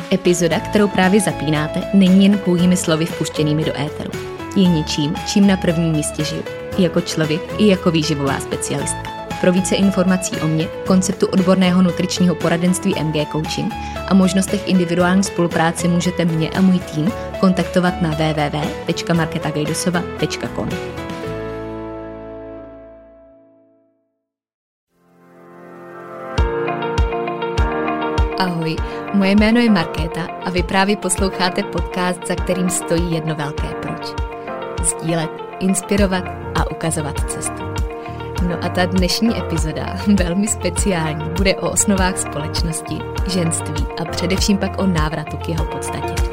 Epizoda, kterou právě zapínáte, není jen pouhými slovy vpuštěnými do éteru. Je něčím, čím na prvním místě žiju. I jako člověk, i jako výživová specialistka. Pro více informací o mně, konceptu odborného nutričního poradenství MG Coaching a možnostech individuální spolupráce můžete mě a můj tým kontaktovat na www.marketagajdosova.com. Ahoj, moje jméno je Markéta a vy právě posloucháte podcast, za kterým stojí jedno velké proč. Sdílet, inspirovat a ukazovat cestu. No a ta dnešní epizoda, velmi speciální, bude o osnovách společnosti, ženství a především pak o návratu k jeho podstatě.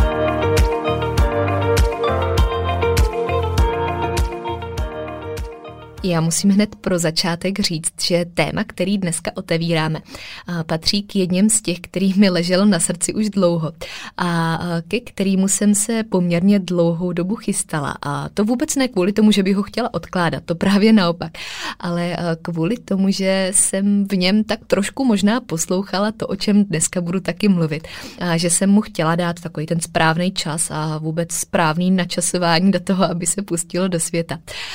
Já musím hned pro začátek říct, že téma, který dneska otevíráme, patří k jedním z těch, který mi leželo na srdci už dlouho a ke kterému jsem se poměrně dlouhou dobu chystala. A to vůbec ne kvůli tomu, že bych ho chtěla odkládat, to právě naopak, ale kvůli tomu, že jsem v něm tak trošku možná poslouchala to, o čem dneska budu taky mluvit. A že jsem mu chtěla dát takový ten správný čas a vůbec správný načasování do toho, aby se pustilo do světa.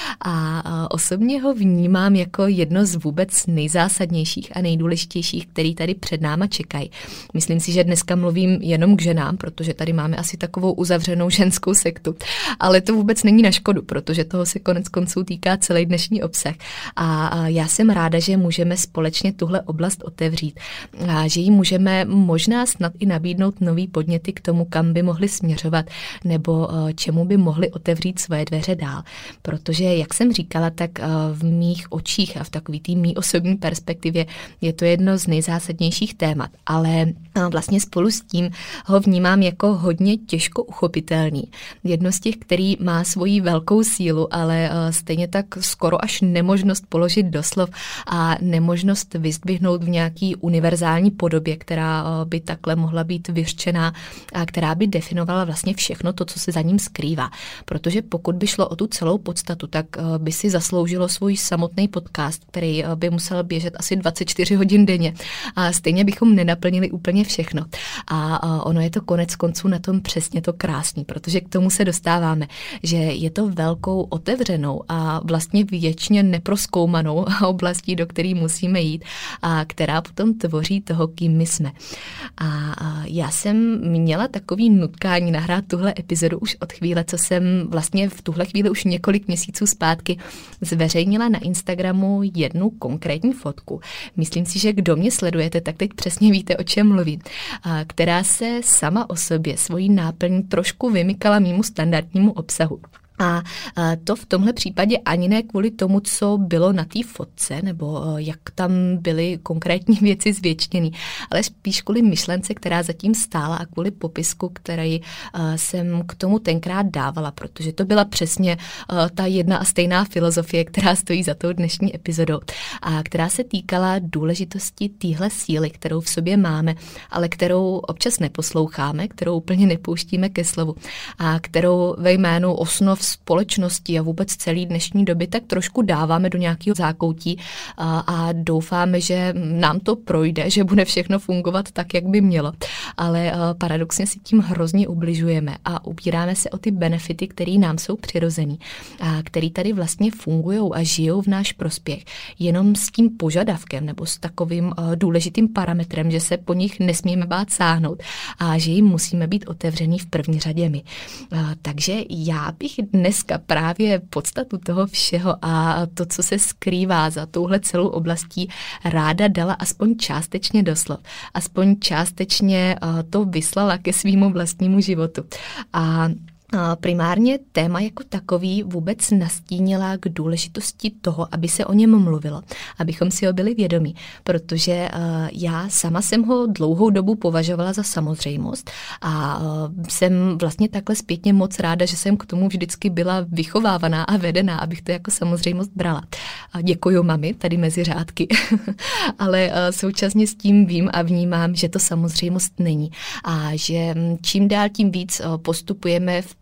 A osobně ho vnímám jako jedno z vůbec nejzásadnějších a nejdůležitějších, který tady před náma čekají. Myslím si, že dneska mluvím jenom k ženám, protože tady máme asi takovou uzavřenou ženskou sektu, ale to vůbec není na škodu, protože toho se konec konců týká celý dnešní obsah. A já jsem ráda, že můžeme společně tuhle oblast otevřít a že jí můžeme možná snad i nabídnout nový podněty k tomu, kam by mohli směřovat nebo čemu by mohli otevřít svoje dveře dál. Protože, jak jsem říkala, tak v mých očích a v takový té mý osobní perspektivě je to jedno z nejzásadnějších témat, ale vlastně spolu s tím ho vnímám jako hodně těžko uchopitelný. Jedno z těch, který má svoji velkou sílu, ale stejně tak skoro až nemožnost položit do slov a nemožnost vyzdvihnout v nějaký univerzální podobě, která by takhle mohla být vyřčená a která by definovala vlastně všechno to, co se za ním skrývá. Protože pokud by šlo o tu celou podstatu, tak by si zasloužilo svůj samotný podcast, který by musel běžet asi 24 hodin denně a stejně bychom nenaplnili úplně všechno. A ono je to konec konců na tom přesně to krásný, protože k tomu se dostáváme, že je to velkou otevřenou a vlastně věčně neprozkoumanou oblastí, do které musíme jít a která potom tvoří toho, kým my jsme. A já jsem měla takový nutkání nahrát tuhle epizodu už od chvíle, co jsem vlastně v tuhle chvíli už několik měsíců zpátky zveřejnila na Instagramu jednu konkrétní fotku. Myslím si, že kdo mě sledujete, tak teď přesně víte, o čem mluvím. Která se sama o sobě svojí náplní trošku vymykala mému standardnímu obsahu. A to v tomhle případě ani ne kvůli tomu, co bylo na té fotce, nebo jak tam byly konkrétní věci zvětštěný, ale spíš kvůli myšlence, která zatím stála a kvůli popisku, který jsem k tomu tenkrát dávala, protože to byla přesně ta jedna a stejná filozofie, která stojí za tou dnešní epizodou a která se týkala důležitosti téhle síly, kterou v sobě máme, ale kterou občas neposloucháme, kterou úplně nepouštíme ke slovu a kterou ve jménu osnov společnosti a vůbec celý dnešní doby tak trošku dáváme do nějakého zákoutí a doufáme, že nám to projde, že bude všechno fungovat tak, jak by mělo. Ale paradoxně si tím hrozně ubližujeme a ubíráme se o ty benefity, které nám jsou přirozený a který tady vlastně fungujou a žijou v náš prospěch. Jenom s tím požadavkem nebo s takovým důležitým parametrem, že se po nich nesmíme bát sáhnout a že jim musíme být otevřený v první řadě my. Takže já bych dneska právě podstatu toho všeho a to, co se skrývá za touhle celou oblastí, ráda dala aspoň částečně doslov. Aspoň částečně to vyslala ke svému vlastnímu životu. A primárně téma jako takový vůbec nastínila k důležitosti toho, aby se o něm mluvilo, abychom si ho byli vědomí, protože já sama jsem ho dlouhou dobu považovala za samozřejmost a jsem vlastně takhle zpětně moc ráda, že jsem k tomu vždycky byla vychovávaná a vedená, abych to jako samozřejmost brala. Děkuju mami, tady mezi řádky, ale současně s tím vím a vnímám, že to samozřejmost není a že čím dál tím víc postupujeme v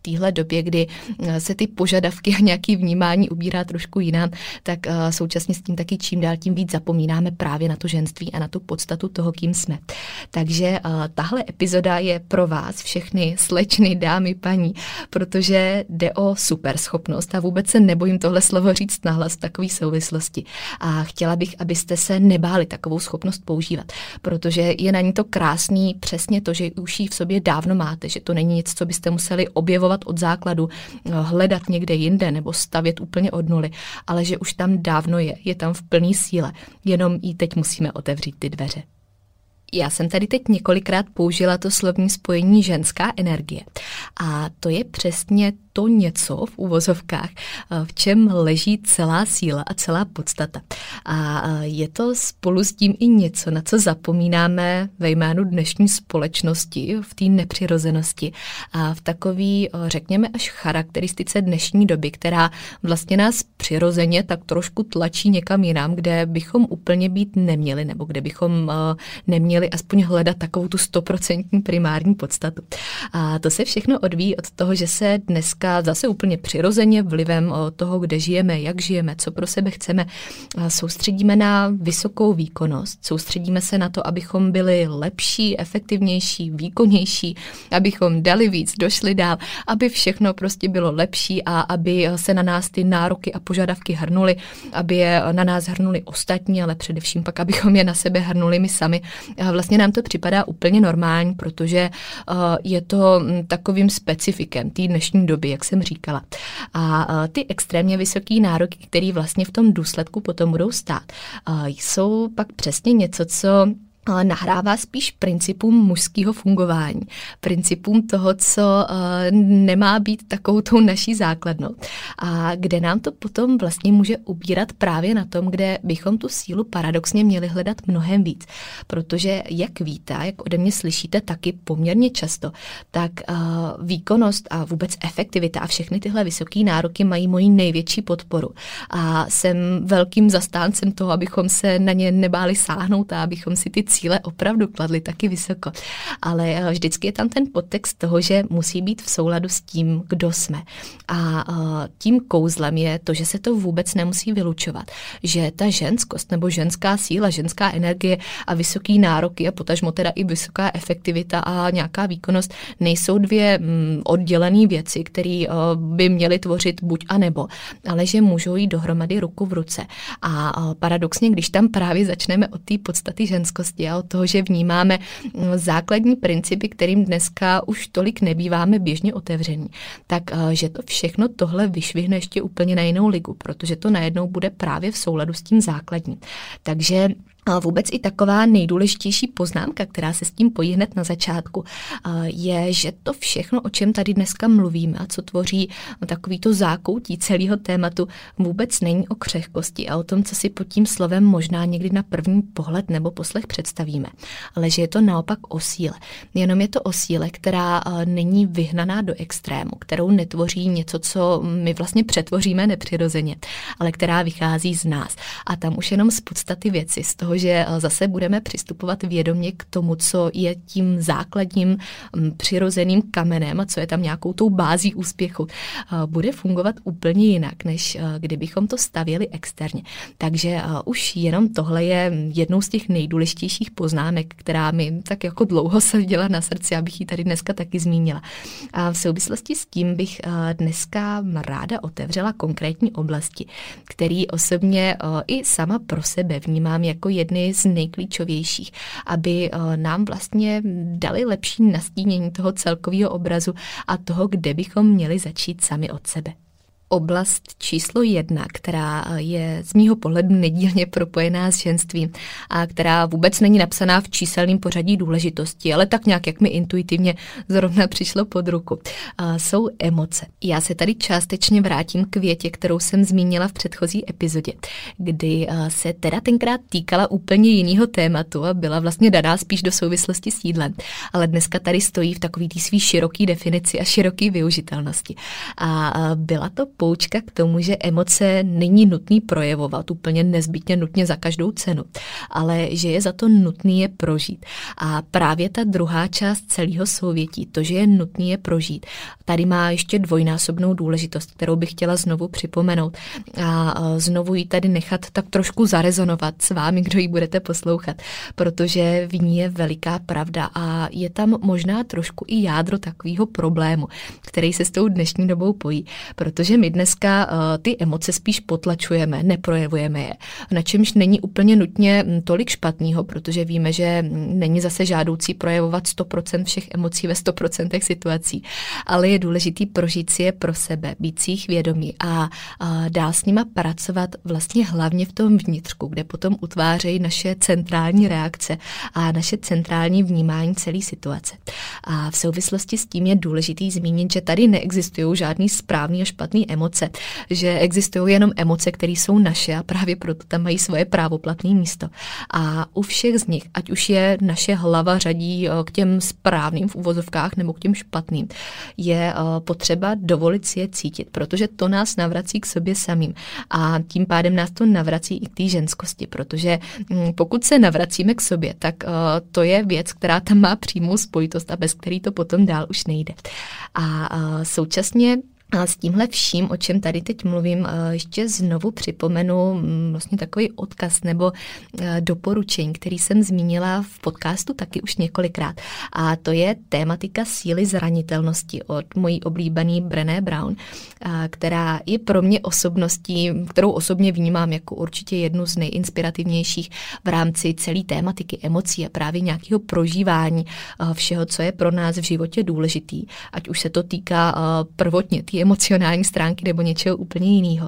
téhle době, kdy se ty požadavky a nějaké vnímání ubírá trošku jinam, tak současně s tím taky čím dál tím víc zapomínáme právě na to ženství a na tu podstatu toho, kým jsme. Takže tahle epizoda je pro vás všechny slečny, dámy, paní, protože jde o superschopnost a vůbec se nebojím tohle slovo říct nahlas v takové souvislosti. A chtěla bych, abyste se nebáli takovou schopnost používat, protože je na ní to krásný přesně to, že už ji v sobě dávno máte, že to není nic, co byste museli objevovat od základu, hledat někde jinde nebo stavět úplně od nuly, ale že už tam dávno je tam v plný síle, jenom i teď musíme otevřít ty dveře. Já jsem tady teď několikrát použila to slovní spojení ženská energie a to je přesně to něco v uvozovkách, v čem leží celá síla a celá podstata. A je to spolu s tím i něco, na co zapomínáme ve jménu dnešní společnosti, v té nepřirozenosti a v takový, řekněme, až charakteristice dnešní doby, která vlastně nás přirozeně tak trošku tlačí někam jinam, kde bychom úplně být neměli, nebo kde bychom neměli aspoň hledat takovou tu 100% primární podstatu. A to se všechno odvíjí od toho, že se dneska zase úplně přirozeně vlivem toho, kde žijeme, jak žijeme, co pro sebe chceme, soustředíme na vysokou výkonnost, soustředíme se na to, abychom byli lepší, efektivnější, výkonnější, abychom dali víc, došli dál, aby všechno prostě bylo lepší a aby se na nás ty nároky a požadavky hrnuly, aby je na nás hrnuli ostatní, ale především pak, abychom je na sebe hrnuli my sami. Vlastně nám to připadá úplně normální, protože je to takovým specifikem té dnešní doby, jak jsem říkala. A ty extrémně vysoké nároky, které vlastně v tom důsledku potom budou stát, jsou pak přesně něco, co nahrává spíš principům mužského fungování, principům toho, co nemá být takovou tou naší základnou. A kde nám to potom vlastně může ubírat právě na tom, kde bychom tu sílu paradoxně měli hledat mnohem víc. Protože, jak víte, jak ode mě slyšíte taky poměrně často, tak výkonnost a vůbec efektivita a všechny tyhle vysoké nároky mají moji největší podporu. A jsem velkým zastáncem toho, abychom se na ně nebáli sáhnout a abychom si ty cíle opravdu kladli taky vysoko. Ale vždycky je tam ten podtext toho, že musí být v souladu s tím, kdo jsme. A tím kouzlem je to, že se to vůbec nemusí vylučovat. Že ta ženskost nebo ženská síla, ženská energie a vysoký nároky a potažmo teda i vysoká efektivita a nějaká výkonnost nejsou dvě oddělené věci, které by měly tvořit buď a nebo, ale že můžou jít dohromady ruku v ruce. A paradoxně, když tam právě začneme od té podstaty ženskosti a od toho, že vnímáme základní principy, kterým dneska už tolik nebýváme běžně otevření, tak že to všechno tohle vyšvihne ještě úplně na jinou ligu, protože to najednou bude právě v souladu s tím základním. Takže vůbec i taková nejdůležitější poznámka, která se s tím pojí hned na začátku, je, že to všechno, o čem tady dneska mluvíme a co tvoří takovýto zákoutí celého tématu, vůbec není o křehkosti a o tom, co si pod tím slovem možná někdy na první pohled nebo poslech představíme, ale že je to naopak o síle. Jenom je to o síle, která není vyhnaná do extrému, kterou netvoří něco, co my vlastně přetvoříme nepřirozeně, ale která vychází z nás. A tam už jenom z podstaty věci, z toho, že zase budeme přistupovat vědomě k tomu, co je tím základním přirozeným kamenem a co je tam nějakou tou bází úspěchu, bude fungovat úplně jinak, než kdybychom to stavěli externě. Takže už jenom tohle je jednou z těch nejdůležitějších poznámek, která mi tak jako dlouho seděla na srdci, abych ji tady dneska taky zmínila. A v souvislosti s tím bych dneska ráda otevřela konkrétní oblasti, které osobně i sama pro sebe vnímám jako jedny z nejklíčovějších, aby nám vlastně dali lepší nastínění toho celkového obrazu a toho, kde bychom měli začít sami od sebe. Oblast číslo 1, která je z mýho pohledu nedílně propojená s ženstvím a která vůbec není napsaná v číselném pořadí důležitosti, ale tak nějak, jak mi intuitivně zrovna přišlo pod ruku, jsou emoce. Já se tady částečně vrátím k větě, kterou jsem zmínila v předchozí epizodě, kdy se teda tenkrát týkala úplně jiného tématu a byla vlastně daná spíš do souvislosti s jídlem, ale dneska tady stojí v takový té svý široký definici a široký využitelnosti. A byla to poučka k tomu, že emoce není nutný projevovat úplně nezbytně nutně za každou cenu, ale že je za to nutný je prožít. A právě ta druhá část celého souvětí, to, že je nutný je prožít, tady má ještě dvojnásobnou důležitost, kterou bych chtěla znovu připomenout a znovu ji tady nechat tak trošku zarezonovat s vámi, kdo ji budete poslouchat, protože v ní je veliká pravda a je tam možná trošku i jádro takového problému, který se s tou dnešní dobou pojí, protože my dneska ty emoce spíš potlačujeme, neprojevujeme je, na čemž není úplně nutně tolik špatného, protože víme, že není zase žádoucí projevovat 100% všech emocí ve 100% situací, ale je důležitý prožít si je pro sebe, být si jich vědomí a dál s nima pracovat vlastně hlavně v tom vnitřku, kde potom utvářejí naše centrální reakce a naše centrální vnímání celé situace. A v souvislosti s tím je důležitý zmínit, že tady neexistují žádný správný a špatný emoce, že existují jenom emoce, které jsou naše a právě proto tam mají svoje právoplatné místo. A u všech z nich, ať už je naše hlava řadí k těm správným v uvozovkách nebo k těm špatným, je potřeba dovolit si je cítit, protože to nás navrací k sobě samým a tím pádem nás to navrací i k té ženskosti, protože pokud se navracíme k sobě, tak to je věc, která tam má přímou spojitost a bez který to potom dál už nejde. A současně a s tímhle vším, o čem tady teď mluvím, ještě znovu připomenu vlastně takový odkaz nebo doporučení, který jsem zmínila v podcastu taky už několikrát. A to je tématika síly zranitelnosti od mojí oblíbený Brené Brown, která je pro mě osobností, kterou osobně vnímám jako určitě jednu z nejinspirativnějších v rámci celé tématiky emocí a právě nějakého prožívání všeho, co je pro nás v životě důležitý, ať už se to týká prvotně té emocionální stránky nebo něčeho úplně jiného.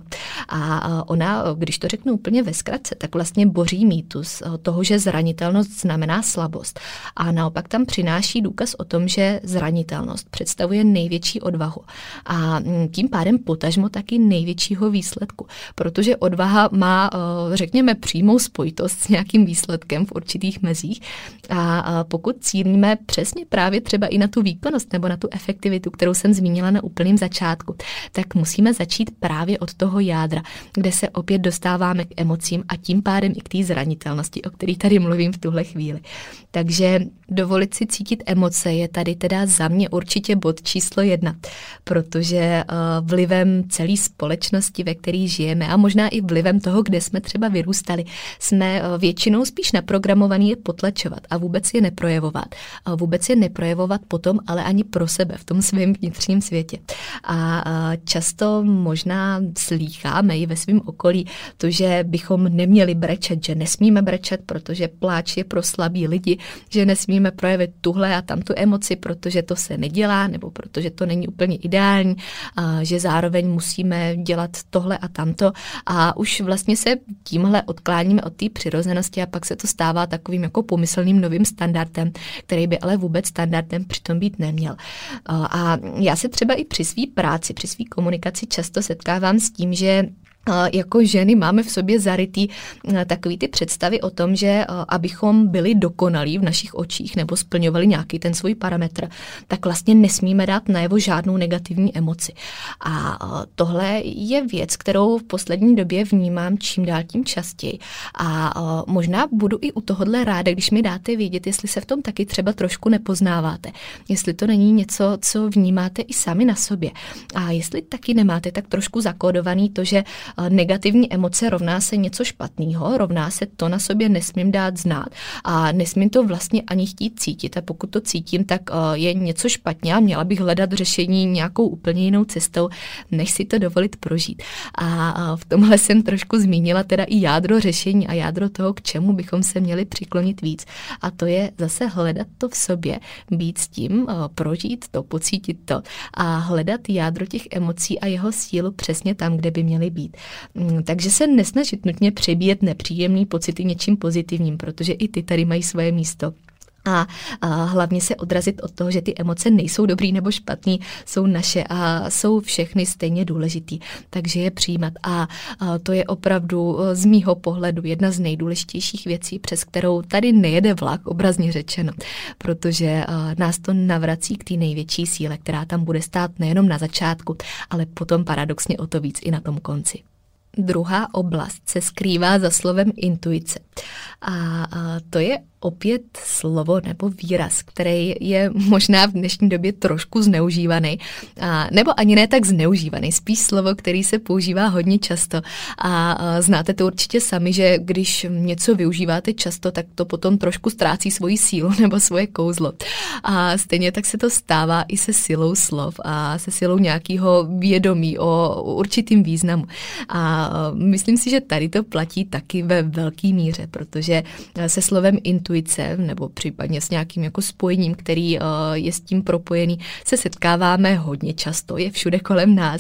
A ona, když to řeknu úplně ve zkratce, tak vlastně boří mýtus toho, že zranitelnost znamená slabost. A naopak tam přináší důkaz o tom, že zranitelnost představuje největší odvahu. A tím pádem potažmo taky největšího výsledku, protože odvaha má, řekněme, přímou spojitost s nějakým výsledkem v určitých mezích. A pokud cílíme přesně právě třeba i na tu výkonnost nebo na tu efektivitu, kterou jsem zmínila na úplném začátku, tak musíme začít právě od toho jádra, kde se opět dostáváme k emocím a tím pádem i k té zranitelnosti, o které tady mluvím v tuhle chvíli. Takže dovolit si cítit emoce je tady teda za mě určitě bod číslo 1, protože vlivem celé společnosti, ve které žijeme a možná i vlivem toho, kde jsme třeba vyrůstali, jsme většinou spíš naprogramovaní je potlačovat a vůbec je neprojevovat. Vůbec je neprojevovat potom, ale ani pro sebe v tom svém vnitřním světě. A často možná slýcháme i ve svém okolí to, že bychom neměli brečet, že nesmíme brečet, protože pláč je pro slabý lidi, že nesmíme projevit tuhle a tamtu emoci, protože to se nedělá nebo protože to není úplně ideální, že zároveň musíme dělat tohle a tamto a už vlastně se tímhle odkláníme od té přirozenosti a pak se to stává takovým jako pomyslným novým standardem, který by ale vůbec standardem přitom být neměl. A já se třeba i při své práci, při své komunikaci často setkávám s tím, že jako ženy máme v sobě zarytý takový ty představy o tom, že abychom byli dokonalí v našich očích nebo splňovali nějaký ten svůj parametr, tak vlastně nesmíme dát najevo žádnou negativní emoci. A tohle je věc, kterou v poslední době vnímám čím dál tím častěji. A možná budu i u tohohle ráda, když mi dáte vědět, jestli se v tom taky třeba trošku nepoznáváte. Jestli to není něco, co vnímáte i sami na sobě. A jestli taky nemáte tak trošku zakódovaný to, že negativní emoce rovná se něco špatného, rovná se to na sobě nesmím dát znát a nesmím to vlastně ani chtít cítit a pokud to cítím, tak je něco špatně a měla bych hledat řešení nějakou úplně jinou cestou, než si to dovolit prožít. A v tomhle jsem trošku zmínila teda i jádro řešení a jádro toho, k čemu bychom se měli přiklonit víc. A to je zase hledat to v sobě, být s tím, prožít to, pocítit to a hledat jádro těch emocí a jeho sílu přesně tam, kde by měly být. Takže se nesnažit nutně přebíjet nepříjemný pocity něčím pozitivním, protože i ty tady mají svoje místo. a hlavně se odrazit od toho, že ty emoce nejsou dobrý nebo špatný, jsou naše a jsou všechny stejně důležitý, takže je přijímat. A to je opravdu z mýho pohledu jedna z nejdůležitějších věcí, přes kterou tady nejede vlak, obrazně řečeno, protože nás to navrací k té největší síle, která tam bude stát nejenom na začátku, ale potom paradoxně o to víc i na tom konci. Druhá oblast se skrývá za slovem intuice. A to je opět slovo nebo výraz, který je možná v dnešní době trošku zneužívaný, nebo ani ne tak zneužívaný, spíš slovo, který se používá hodně často. A znáte to určitě sami, že když něco využíváte často, tak to potom trošku ztrácí svoji sílu nebo svoje kouzlo. A stejně tak se to stává i se silou slov a se silou nějakého vědomí o určitým významu. A myslím si, že tady to platí taky ve velké míře, protože se slovem intuice nebo případně s nějakým jako spojením, který je s tím propojený, se setkáváme hodně často, je všude kolem nás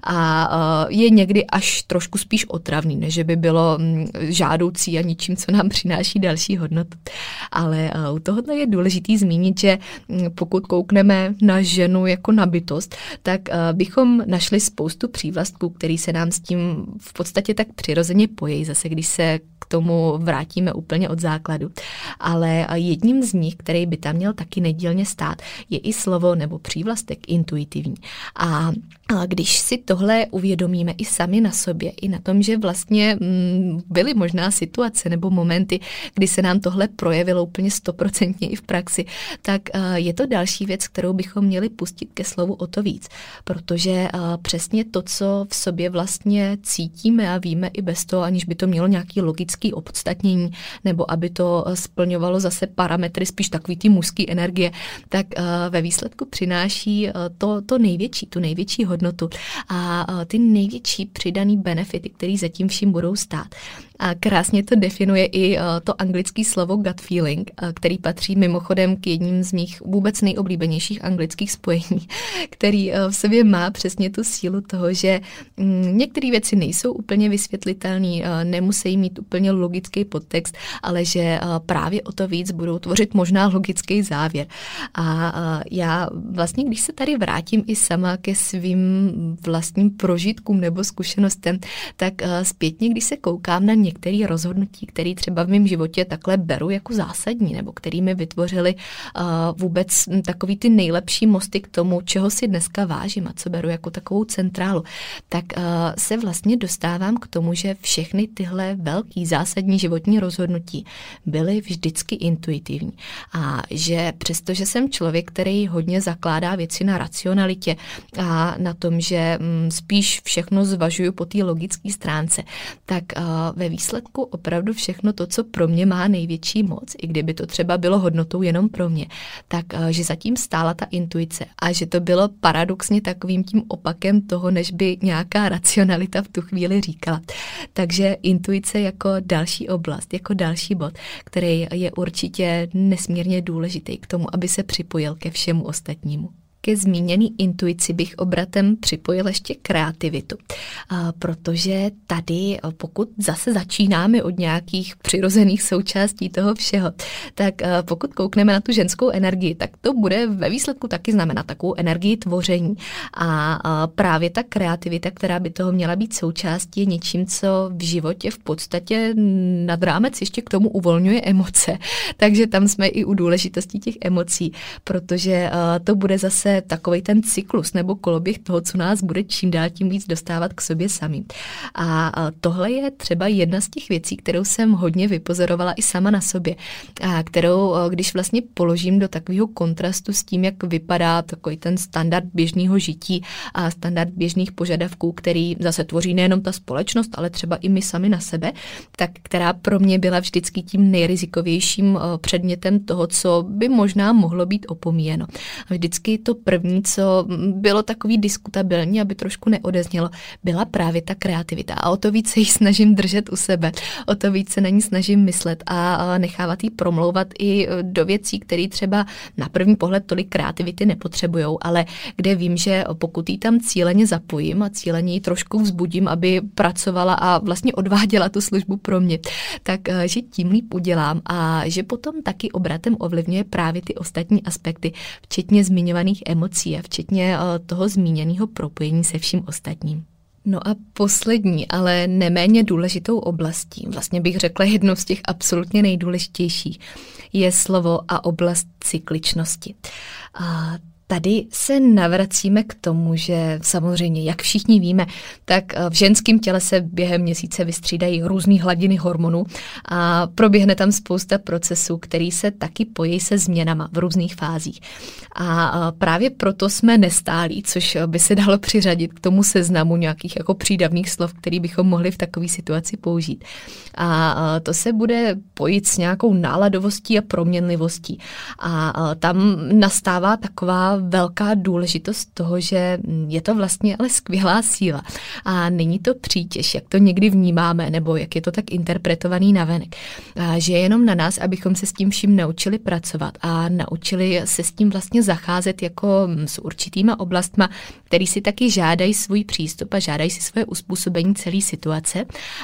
a je někdy až trošku spíš otravný, než by bylo žádoucí a ničím, co nám přináší další hodnotu. Ale u tohohle je důležitý zmínit, že pokud koukneme na ženu jako na bytost, tak bychom našli spoustu přívlastků, který se nám s tím v podstatě tak přirozeně pojí, zase když se k tomu vrátíme úplně od základu. Ale jedním z nich, který by tam měl taky nedílně stát, je i slovo nebo přívlastek intuitivní. A když si tohle uvědomíme i sami na sobě, i na tom, že vlastně byly možná situace nebo momenty, kdy se nám tohle projevilo úplně 100% i v praxi, tak je to další věc, kterou bychom měli pustit ke slovu o to víc. Protože přesně to, co v sobě vlastně cítíme a víme i bez toho, aniž by to mělo nějaký logický opodstatnění, nebo aby to splňovalo zase parametry spíš takový ty mužský energie, tak ve výsledku přináší to největší, tu největší hodnotu a ty největší přidaný benefity, které zatím vším budou stát. A krásně to definuje i to anglické slovo gut feeling, který patří mimochodem k jedním z mých vůbec nejoblíbenějších anglických spojení, který v sobě má přesně tu sílu toho, že některé věci nejsou úplně vysvětlitelné, nemusí mít úplně logický podtext, ale že právě o to víc budou tvořit možná logický závěr. A já vlastně, když se tady vrátím i sama ke svým vlastním prožitkům nebo zkušenostem, tak zpětně, když se koukám na některé rozhodnutí, které třeba v mém životě takhle beru jako zásadní, nebo který mi vytvořili vůbec takový ty nejlepší mosty k tomu, čeho si dneska vážím a co beru jako takovou centrálu, tak se vlastně dostávám k tomu, že všechny tyhle velký zásadní životní rozhodnutí byly vždycky intuitivní. A že přestože jsem člověk, který hodně zakládá věci na racionalitě a na tom, že spíš všechno zvažuju po té logické stránce, tak ve výsledku opravdu všechno to, co pro mě má největší moc, i kdyby to třeba bylo hodnotou jenom pro mě, tak že zatím stála ta intuice a že to bylo paradoxně takovým tím opakem toho, než by nějaká racionalita v tu chvíli říkala. Takže intuice jako další oblast, jako další bod, který je určitě nesmírně důležitý k tomu, aby se připojil ke všemu ostatnímu. Ke zmíněný intuici bych obratem připojil ještě kreativitu, protože tady, pokud zase začínáme od nějakých přirozených součástí toho všeho, tak pokud koukneme na tu ženskou energii, tak to bude ve výsledku taky znamenat takovou energii tvoření. A právě ta kreativita, která by toho měla být součástí, je něčím, co v životě v podstatě nad rámec ještě k tomu uvolňuje emoce. Takže tam jsme i u důležitosti těch emocí, protože to bude zase takovej ten cyklus nebo koloběh toho, co nás bude čím dál tím víc dostávat k sobě samým. A tohle je třeba jedna z těch věcí, kterou jsem hodně vypozorovala i sama na sobě, a kterou, když vlastně položím do takového kontrastu s tím, jak vypadá takový ten standard běžného žití a standard běžných požadavků, který zase tvoří nejenom ta společnost, ale třeba i my sami na sebe, tak která pro mě byla vždycky tím nejrizikovějším předmětem toho, co by možná mohlo být opomíjeno. Vždycky to první, co bylo takový diskutabilní, aby trošku neodeznělo, byla právě ta kreativita. A o to více ji snažím držet u sebe, o to více na ní snažím myslet a nechávat jí promlouvat i do věcí, které třeba na první pohled tolik kreativity nepotřebujou, ale kde vím, že pokud jí tam cíleně zapojím a cíleně ji trošku vzbudím, aby pracovala a vlastně odváděla tu službu pro mě, tak že tím líp udělám a že potom taky obratem ovlivňuje právě ty ostatní aspekty, včetně zmiňovaných emocí a včetně toho zmíněného propojení se vším ostatním. No a poslední, ale neméně důležitou oblastí, vlastně bych řekla jednou z těch absolutně nejdůležitějších, je slovo a oblast cykličnosti. Tady se navracíme k tomu, že samozřejmě, jak všichni víme, tak v ženském těle se během měsíce vystřídají různý hladiny hormonů a proběhne tam spousta procesů, který se taky pojí se změnama v různých fázích. A právě proto jsme nestálí, což by se dalo přiřadit k tomu seznamu nějakých jako přídavných slov, který bychom mohli v takové situaci použít. A to se bude pojít s nějakou náladovostí a proměnlivostí. A tam nastává taková velká důležitost toho, že je to vlastně ale skvělá síla a není to přítěž, jak to někdy vnímáme, nebo jak je to tak interpretovaný navenek. A že je jenom na nás, abychom se s tím vším naučili pracovat a naučili se s tím vlastně zacházet jako s určitýma oblastma, který si taky žádají svůj přístup a žádají si svoje uspůsobení celé situace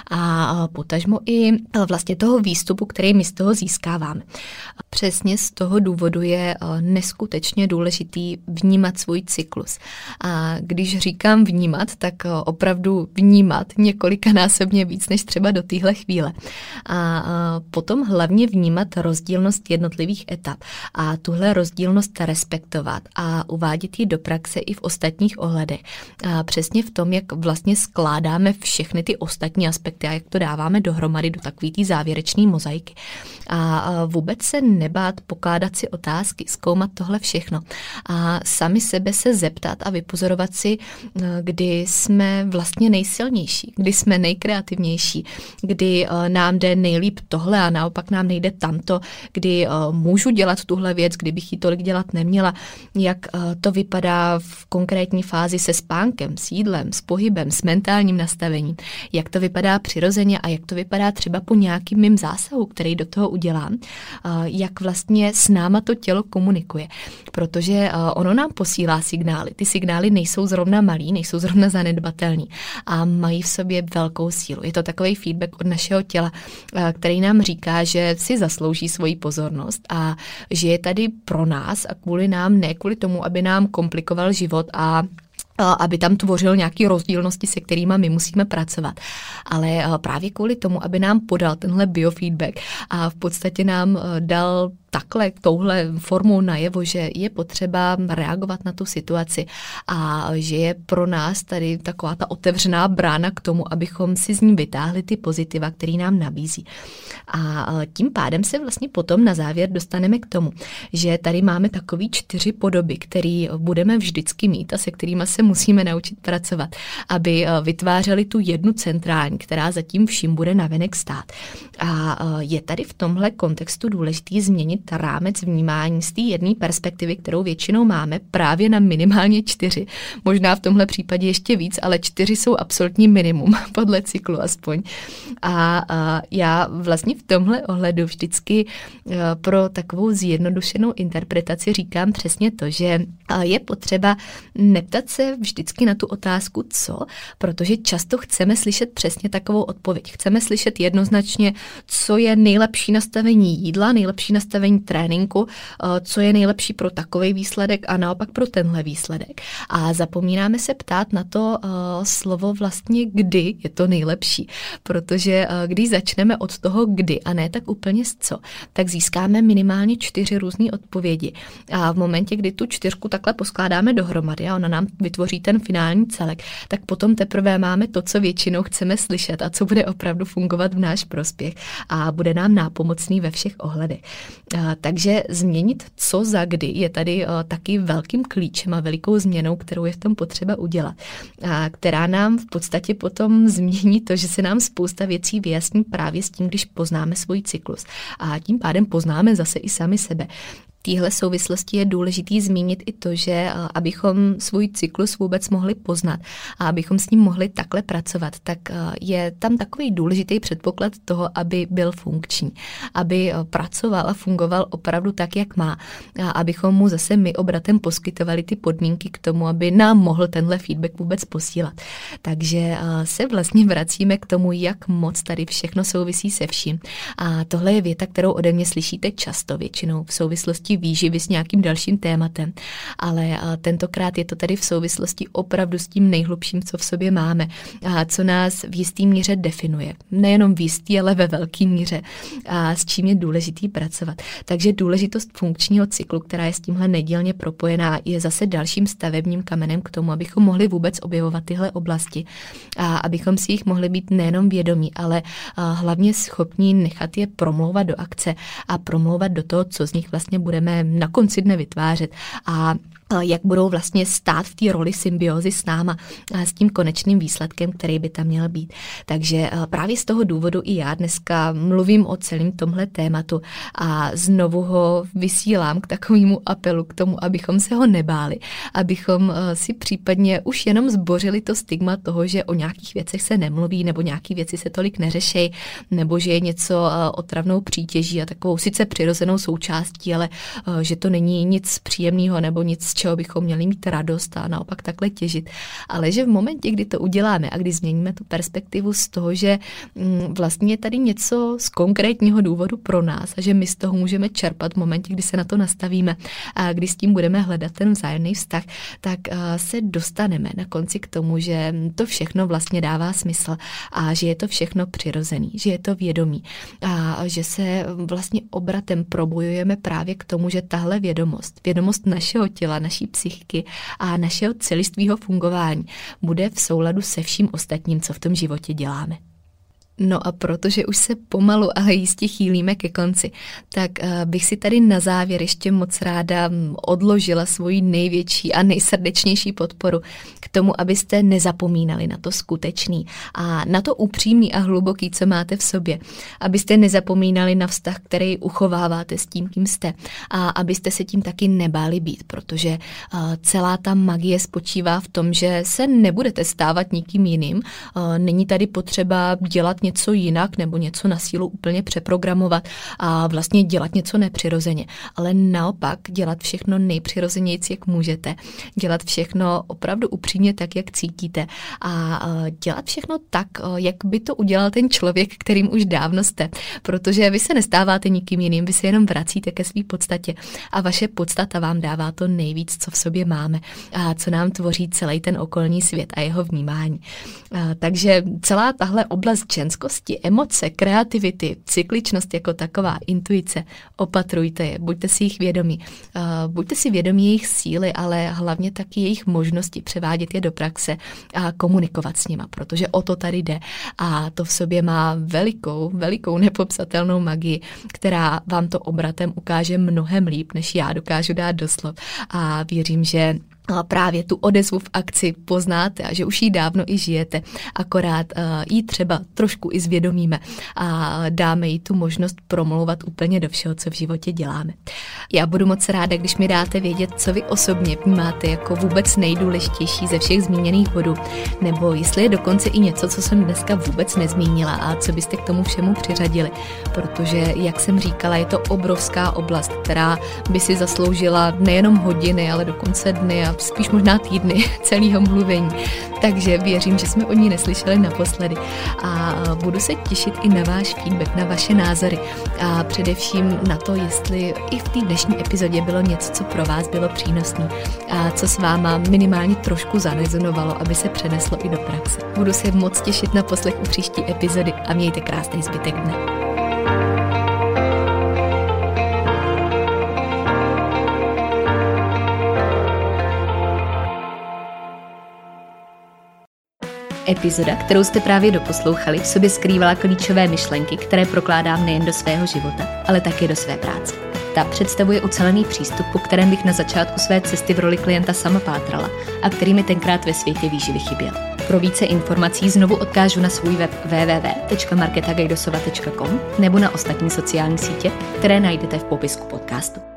a potažmo i vlastně toho výstupu, který my z toho získáváme. Přesně z toho důvodu je neskutečně důležitý vnímat svůj cyklus. A když říkám vnímat, tak opravdu vnímat několikanásobně víc než třeba do téhle chvíle. A potom hlavně vnímat rozdílnost jednotlivých etap a tuhle rozdílnost respektovat a uvádět ji do praxe i v ostatních ohledech. A přesně v tom, jak vlastně skládáme všechny ty ostatní aspekty a jak to dáváme dohromady do takový té závěrečné mozaiky. A vůbec se nebát pokládat si otázky, zkoumat tohle všechno a sami sebe se zeptat a vypozorovat si, kdy jsme vlastně nejsilnější, kdy jsme nejkreativnější, kdy nám jde nejlíp tohle a naopak nám nejde tamto, kdy můžu dělat tuhle věc, kdybych ji tolik dělat neměla, jak to vypadá v konkrétní fázi se spánkem, s jídlem, s pohybem, s mentálním nastavením, jak to vypadá přirozeně a jak to vypadá třeba po nějakým mým zásahu, který do toho udělám, jak vlastně s náma to tělo komunikuje, protože ono nám posílá signály. Ty signály nejsou zrovna malý, nejsou zrovna zanedbatelný a mají v sobě velkou sílu. Je to takový feedback od našeho těla, který nám říká, že si zaslouží svoji pozornost a že je tady pro nás a kvůli nám, ne kvůli tomu, aby nám komplikoval život a aby tam tvořil nějaké rozdílnosti, se kterými my musíme pracovat. Ale právě kvůli tomu, aby nám podal tenhle biofeedback a v podstatě nám dal takhle touhle formou najevo, že je potřeba reagovat na tu situaci a že je pro nás tady taková ta otevřená brána k tomu, abychom si z ní vytáhli ty pozitiva, který nám nabízí. A tím pádem se vlastně potom na závěr dostaneme k tomu, že tady máme takový 4 podoby, které budeme vždycky mít a se kterými se musíme naučit pracovat, aby vytvářeli tu jednu centrální, která za tím vším bude navenek stát. A je tady v tomhle kontextu důležitý změnit rámec vnímání z té jedné perspektivy, kterou většinou máme, právě na minimálně 4. Možná v tomhle případě ještě víc, ale 4 jsou absolutní minimum, podle cyklu aspoň. A já vlastně v tomhle ohledu vždycky pro takovou zjednodušenou interpretaci říkám přesně to, že je potřeba neptat se vždycky na tu otázku co, protože často chceme slyšet přesně takovou odpověď. Chceme slyšet jednoznačně, co je nejlepší nastavení jídla, nejlepší nastavení tréninku, co je nejlepší pro takový výsledek a naopak pro tenhle výsledek. A zapomínáme se ptát na to slovo vlastně kdy je to nejlepší, protože když začneme od toho kdy a ne tak úplně s co, tak získáme minimálně 4 různé odpovědi. A v momentě, kdy tu 4 takhle poskládáme dohromady a ona nám vytvoří ten finální celek, tak potom teprve máme to, co většinou chceme slyšet a co bude opravdu fungovat v náš prospěch a bude nám nápomocný ve všech ohledech. Takže změnit co za kdy je tady taky velkým klíčem a velikou změnou, kterou je v tom potřeba udělat, a která nám v podstatě potom změní to, že se nám spousta věcí vyjasní právě s tím, když poznáme svůj cyklus. A tím pádem poznáme zase i sami sebe. téhle souvislosti je důležitý zmínit i to, že abychom svůj cyklus vůbec mohli poznat a abychom s ním mohli takhle pracovat, tak je tam takový důležitý předpoklad toho, aby byl funkční, aby pracoval a fungoval opravdu tak, jak má, a abychom mu zase my obratem poskytovali ty podmínky k tomu, aby nám mohl tenhle feedback vůbec posílat. Takže se vlastně vracíme k tomu, jak moc tady všechno souvisí se vším. A tohle je věta, kterou ode mě slyšíte často, většinou v souvislosti výživy s nějakým dalším tématem, ale tentokrát je to tady v souvislosti opravdu s tím nejhlubším, co v sobě máme a co nás v jistý míře definuje. Nejenom v jistý, ale ve velký míře a s čím je důležitý pracovat. Takže důležitost funkčního cyklu, která je s tímhle nedílně propojená, je zase dalším stavebním kamenem k tomu, abychom mohli vůbec objevovat tyhle oblasti a abychom si jich mohli být nejenom vědomí, ale hlavně schopní nechat je promlouvat do akce a promlouvat do toho, co z nich vlastně budeme na konci dne vytvářet a jak budou vlastně stát v té roli symbiozy s náma a s tím konečným výsledkem, který by tam měl být. Takže právě z toho důvodu i já dneska mluvím o celém tomhle tématu a znovu ho vysílám k takovému apelu, k tomu, abychom se ho nebáli, abychom si případně už jenom zbořili to stigma toho, že o nějakých věcech se nemluví, nebo nějaký věci se tolik neřešejí, nebo že je něco otravnou přítěží a takovou sice přirozenou součástí, ale že to není nic příjemného nebo nic, z čeho bychom měli mít radost a naopak takhle těžit. Ale že v momentě, kdy to uděláme a kdy změníme tu perspektivu z toho, že vlastně je tady něco z konkrétního důvodu pro nás a že my z toho můžeme čerpat v momentě, kdy se na to nastavíme a kdy s tím budeme hledat ten vzájemný vztah, tak se dostaneme na konci k tomu, že to všechno vlastně dává smysl a že je to všechno přirozený, že je to vědomí a že se vlastně obratem probojujeme právě k tomu, že tahle vědomost našeho těla, naší psychiky a našeho celistvého fungování bude v souladu se vším ostatním, co v tom životě děláme. No a protože už se pomalu, ale jistě chýlíme ke konci, tak bych si tady na závěr ještě moc ráda odložila svoji největší a nejsrdečnější podporu k tomu, abyste nezapomínali na to skutečný a na to upřímný a hluboký, co máte v sobě. Abyste nezapomínali na vztah, který uchováváte s tím, kým jste a abyste se tím taky nebáli být, protože celá ta magie spočívá v tom, že se nebudete stávat nikým jiným. Není tady potřeba dělat něco jinak nebo něco na sílu úplně přeprogramovat a vlastně dělat něco nepřirozeně, ale naopak dělat všechno nejpřirozenějc, jak můžete. Dělat všechno opravdu upřímně tak, jak cítíte a dělat všechno tak, jak by to udělal ten člověk, kterým už dávno jste, protože vy se nestáváte nikým jiným, vy se jenom vracíte ke své podstatě a vaše podstata vám dává to nejvíc, co v sobě máme a co nám tvoří celý ten okolní svět a jeho vnímání. Takže celá tahle oblast ženskosti, emoce, kreativity, cykličnost jako taková, intuice, opatrujte je, buďte si jich vědomí. Buďte si vědomí jejich síly, ale hlavně taky jejich možnosti převádět je do praxe a komunikovat s nima, protože o to tady jde a to v sobě má velikou nepopsatelnou magii, která vám to obratem ukáže mnohem líp, než já dokážu dát doslov a věřím, že právě tu odezvu v akci poznáte a že už ji dávno i žijete, akorát ji třeba trošku i zvědomíme a dáme jí tu možnost promlouvat úplně do všeho, co v životě děláme. Já budu moc ráda, když mi dáte vědět, co vy osobně vnímáte jako vůbec nejdůležitější ze všech zmíněných bodů, nebo jestli je dokonce i něco, co jsem dneska vůbec nezmínila a co byste k tomu všemu přiřadili, protože, jak jsem říkala, je to obrovská oblast, která by si zasloužila nejenom hodiny, ale dokonce dny a spíš možná týdny celého mluvení. Takže věřím, že jsme o ní neslyšeli naposledy a budu se těšit i na váš feedback, na vaše názory a především na to, jestli i v té dnešní epizodě bylo něco, co pro vás bylo přínosné a co s váma minimálně trošku zarezonovalo, aby se přeneslo i do praxe. Budu se moc těšit na poslech u příští epizody a mějte krásný zbytek dne. Epizoda, kterou jste právě doposlouchali, v sobě skrývala klíčové myšlenky, které prokládám nejen do svého života, ale také do své práce. Ta představuje ucelený přístup, po kterém bych na začátku své cesty v roli klienta sama pátrala a který mi tenkrát ve světě výživy chyběl. Pro více informací znovu odkážu na svůj web www.marketagajdosova.com nebo na ostatní sociální sítě, které najdete v popisku podcastu.